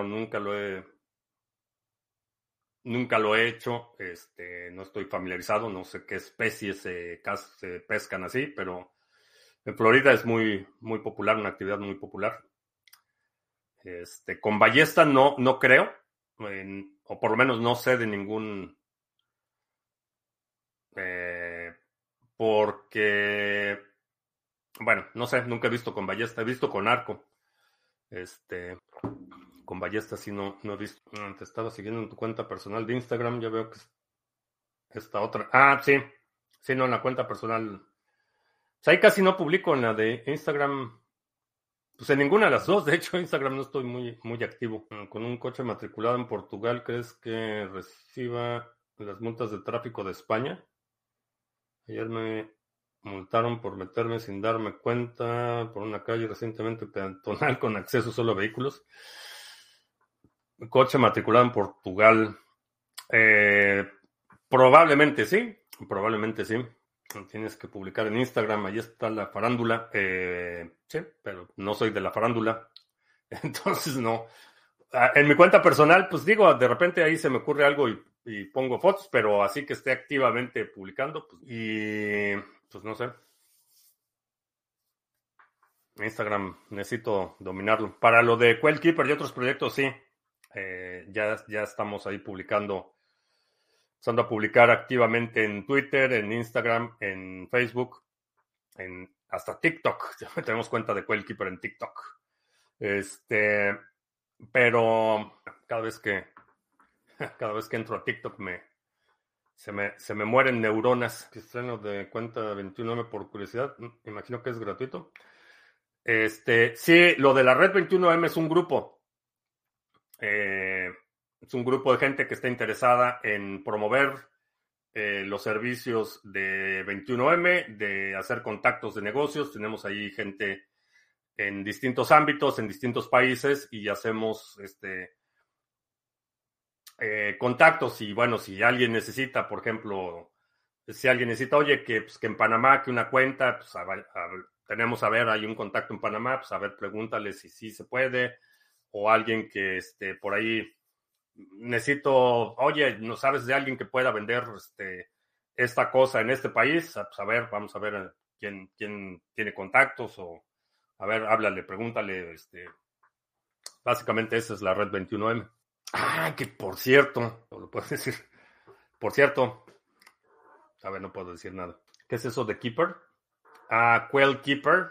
nunca lo he hecho. No estoy familiarizado, no sé qué especies se pescan así, pero en Florida es muy, muy popular, una actividad muy popular. Con ballesta no creo, o por lo menos no sé de ningún, porque Bueno, no sé, nunca he visto con ballesta, he visto con arco. Este, con ballesta sí no he visto. Te estaba siguiendo en tu cuenta personal de Instagram, ya veo que esta otra. Ah, sí. Sí, no, en la cuenta personal. Pues ahí casi no publico en la de Instagram. Pues en ninguna de las dos. De hecho, en Instagram no estoy muy activo. Con un coche matriculado en Portugal, ¿crees que reciba las multas de tráfico de España? Ayer me multaron por meterme sin darme cuenta por una calle recientemente peatonal con acceso solo a vehículos. Coche matriculado en Portugal. Eh, probablemente sí. Probablemente sí. Tienes que publicar en Instagram, ahí está la farándula. Sí, pero no soy de la farándula. Entonces no. En mi cuenta personal, pues digo, de repente ahí se me ocurre algo y pongo fotos, pero así que esté activamente publicando, pues, y pues no sé. Instagram necesito dominarlo. Para lo de Quell Keeper y otros proyectos, sí. Ya estamos ahí publicando, empezando a publicar activamente en Twitter, en Instagram, en Facebook, en hasta TikTok. Ya tenemos cuenta de Quell Keeper en TikTok. Pero cada vez que entro a TikTok se me mueren neuronas. Estreno de cuenta 21M por curiosidad. Imagino que es gratuito. Sí, lo de la red 21M es un grupo. Eh, es un grupo de gente que está interesada en promover los servicios de 21M, de hacer contactos de negocios. Tenemos ahí gente en distintos ámbitos, en distintos países y hacemos contactos. Y bueno, si alguien necesita, por ejemplo, si alguien necesita, oye, pues, que en Panamá, que una cuenta, pues tenemos a ver, hay un contacto en Panamá, pues a ver, pregúntale si sí se puede, o alguien que por ahí necesito, oye, ¿no sabes de alguien que pueda vender esta cosa en este país? Pues a ver, vamos a ver quién tiene contactos, o a ver, háblale, pregúntale, básicamente esa es la red 21M. Ah, que por cierto, no lo puedo decir. Por cierto, a ver, no puedo decir nada. ¿Qué es eso de Keeper? Ah, Quell Keeper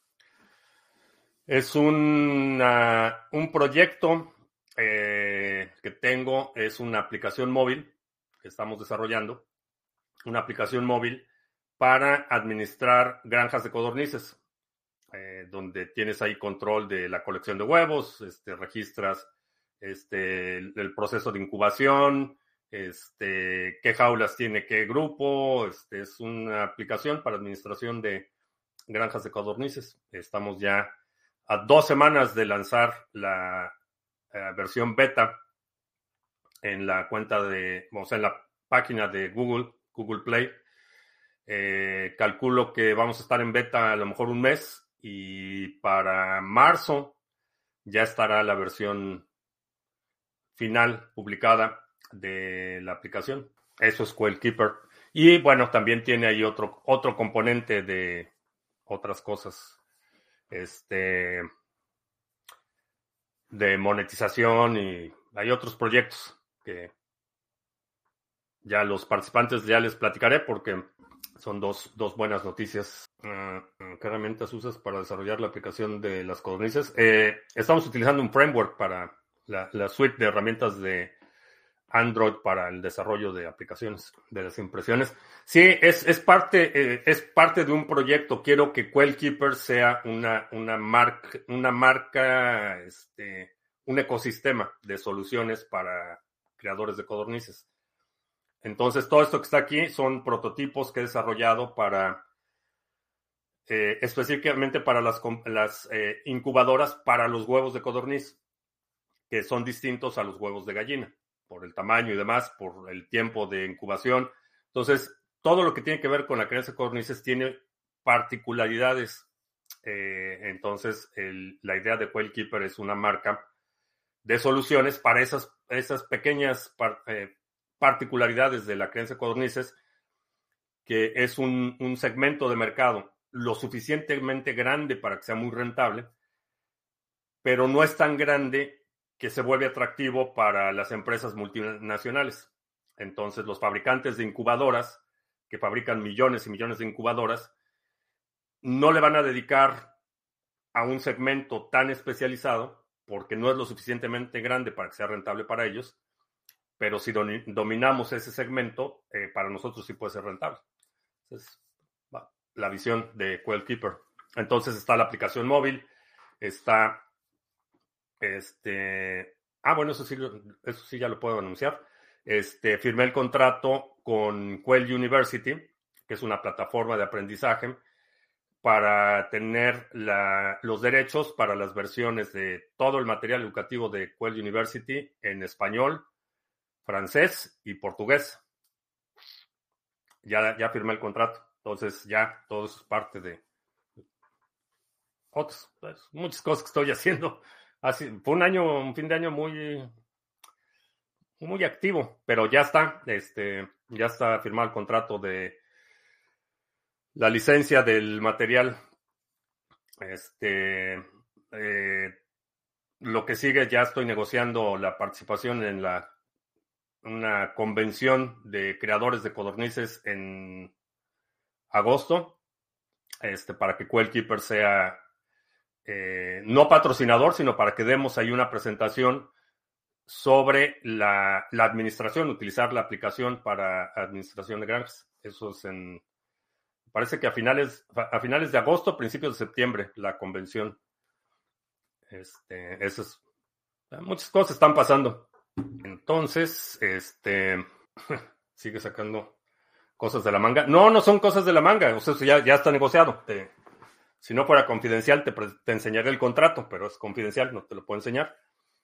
es un proyecto que tengo, es una aplicación móvil que estamos desarrollando, una aplicación móvil para administrar granjas de codornices, donde tienes ahí control de la colección de huevos, registras el proceso de incubación, qué jaulas tiene qué grupo, es una aplicación para administración de granjas de codornices. Estamos ya a 2 semanas de lanzar la versión beta en la o sea, en la página de Google Play. Calculo que vamos a estar en beta a lo mejor un mes y para marzo ya estará la versión final publicada de la aplicación. Eso es Quell Keeper. Y bueno, también tiene ahí otro componente de otras cosas. De monetización, y hay otros proyectos que ya los participantes ya les platicaré porque son dos buenas noticias. ¿Qué herramientas usas para desarrollar la aplicación de las codornices? Estamos utilizando un framework para la suite de herramientas de Android para el desarrollo de aplicaciones de las impresiones. Sí, es parte de un proyecto. Quiero que Quell Keeper sea una marca, un ecosistema de soluciones para creadores de codornices. Entonces, todo esto que está aquí son prototipos que he desarrollado para específicamente para las incubadoras para los huevos de codorniz, que son distintos a los huevos de gallina, por el tamaño y demás, por el tiempo de incubación. Entonces, todo lo que tiene que ver con la crianza de codornices tiene particularidades. Entonces, la idea de Quell Keeper es una marca de soluciones para esas pequeñas particularidades de la crianza de codornices, que es un segmento de mercado lo suficientemente grande para que sea muy rentable, pero no es tan grande que se vuelve atractivo para las empresas multinacionales. Entonces, los fabricantes de incubadoras, que fabrican millones y millones de incubadoras, no le van a dedicar a un segmento tan especializado porque no es lo suficientemente grande para que sea rentable para ellos, pero si dominamos ese segmento, para nosotros sí puede ser rentable. Esa es la visión de Quail Keeper. Entonces está la aplicación móvil, está bueno, eso sí ya lo puedo anunciar. Firmé el contrato con Quail University, que es una plataforma de aprendizaje, para tener los derechos para las versiones de todo el material educativo de Quail University en español, francés y portugués. Ya firmé el contrato. Entonces ya todo eso es parte de muchas cosas que estoy haciendo. Fue un fin de año muy, muy activo, pero ya está firmado el contrato de la licencia del material. Lo que sigue, ya estoy negociando la participación en una convención de creadores de codornices en agosto, para que Quail Keeper sea no patrocinador, sino para que demos ahí una presentación sobre la administración, utilizar la aplicación para administración de granjas. Eso es parece que a finales de agosto, principios de septiembre, la convención. Muchas cosas están pasando. Entonces, sigue sacando cosas de la manga. No son cosas de la manga, o sea, eso ya está negociado. Si no fuera confidencial, te enseñaré el contrato, pero es confidencial, no te lo puedo enseñar.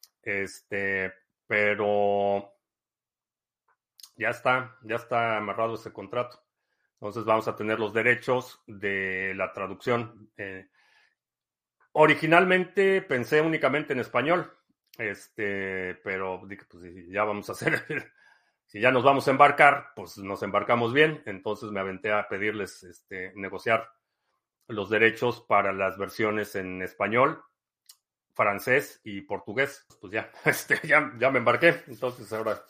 Pero ya está amarrado ese contrato. Entonces vamos a tener los derechos de la traducción. Originalmente pensé únicamente en español, pero dije, pues si ya vamos a hacer, si ya nos vamos a embarcar, pues nos embarcamos bien. Entonces me aventé a pedirles negociar los derechos para las versiones en español, francés y portugués. Pues ya me embarqué. Entonces ahora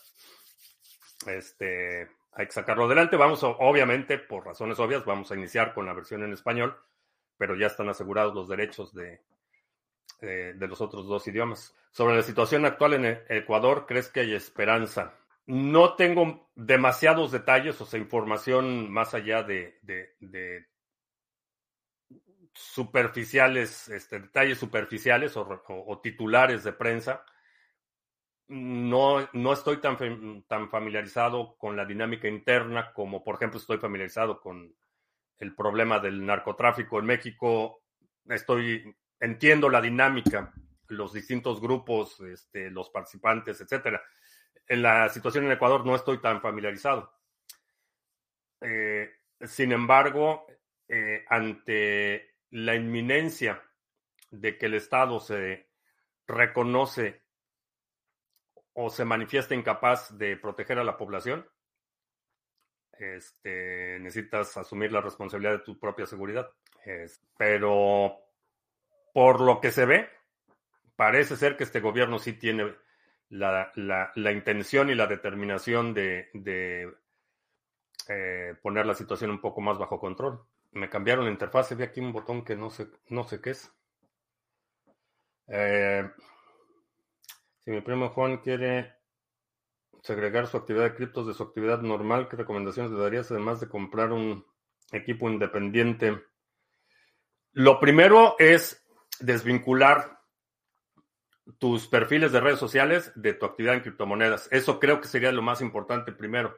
hay que sacarlo adelante. Obviamente, por razones obvias, vamos a iniciar con la versión en español, pero ya están asegurados los derechos de los otros dos idiomas. Sobre la situación actual en Ecuador, ¿crees que hay esperanza? No tengo demasiados detalles, o sea, información más allá de superficiales, detalles superficiales o titulares de prensa. No estoy tan familiarizado con la dinámica interna como, por ejemplo, estoy familiarizado con el problema del narcotráfico en México. Entiendo la dinámica, los distintos grupos, los participantes, etcétera. En la situación en Ecuador no estoy tan familiarizado. Sin embargo, ante la inminencia de que el Estado se reconoce o se manifiesta incapaz de proteger a la población, necesitas asumir la responsabilidad de tu propia seguridad. Pero por lo que se ve, parece ser que este gobierno sí tiene la intención y la determinación de poner la situación un poco más bajo control. Me cambiaron la interfaz, vi aquí un botón que no sé qué es. Si mi primo Juan quiere segregar su actividad de criptos de su actividad normal, ¿qué recomendaciones le darías además de comprar un equipo independiente? Lo primero es desvincular tus perfiles de redes sociales de tu actividad en criptomonedas. Eso creo que sería lo más importante primero.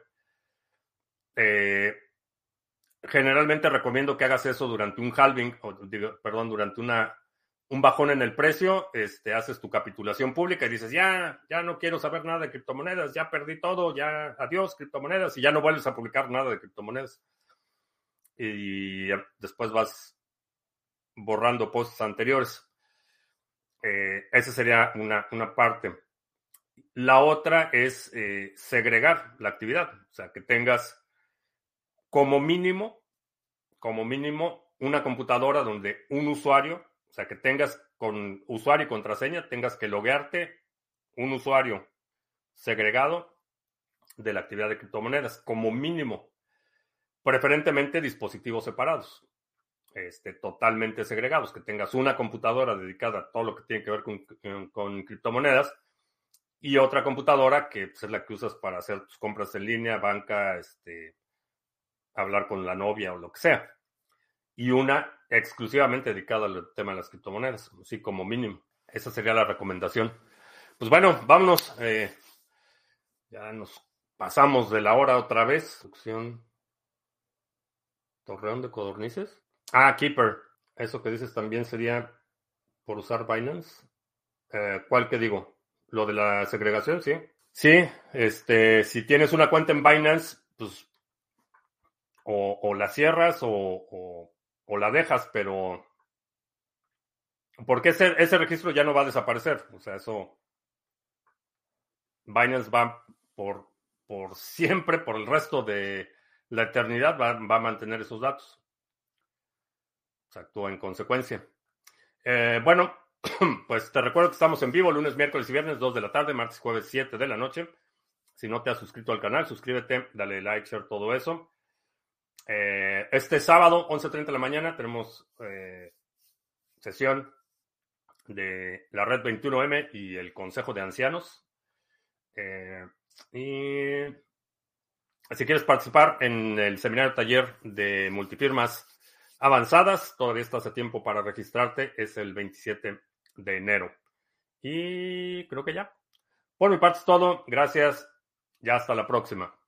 Generalmente recomiendo que hagas eso durante un halving, durante un bajón en el precio. Haces tu capitulación pública y dices, ya no quiero saber nada de criptomonedas, ya perdí todo, ya adiós criptomonedas, y ya no vuelves a publicar nada de criptomonedas. Y después vas borrando posts anteriores. Esa sería una parte. La otra es segregar la actividad, o sea, que tengas como mínimo una computadora donde un usuario, o sea, que tengas con usuario y contraseña, tengas que loguearte un usuario segregado de la actividad de criptomonedas, como mínimo, preferentemente dispositivos separados. totalmente segregados, que tengas una computadora dedicada a todo lo que tiene que ver con criptomonedas y otra computadora que pues, es la que usas para hacer tus compras en línea, banca, hablar con la novia o lo que sea. Y una exclusivamente dedicada al tema de las criptomonedas, así como mínimo. Esa sería la recomendación. Pues bueno, vámonos. Ya nos pasamos de la hora otra vez. Torreón de codornices. Ah, Keeper. Eso que dices también sería por usar Binance. ¿Cuál que digo? Lo de la segregación, sí. Sí, si tienes una cuenta en Binance, pues o la cierras o la dejas, pero porque ese registro ya no va a desaparecer. O sea, eso Binance va por, por siempre, por el resto de la eternidad, va a mantener esos datos. Se actúa en consecuencia. Bueno, pues te recuerdo que estamos en vivo lunes, miércoles y viernes, 2 de la tarde, martes, jueves, 7 de la noche. Si no te has suscrito al canal, suscríbete, dale like, share, todo eso. Este sábado, 11:30 de la mañana, tenemos sesión de la Red 21M y el Consejo de Ancianos. Y si quieres participar en el seminario taller de multifirmas avanzadas, todavía estás a tiempo para registrarte, es el 27 de enero. Y creo que ya. Por mi parte es todo, gracias, ya hasta la próxima.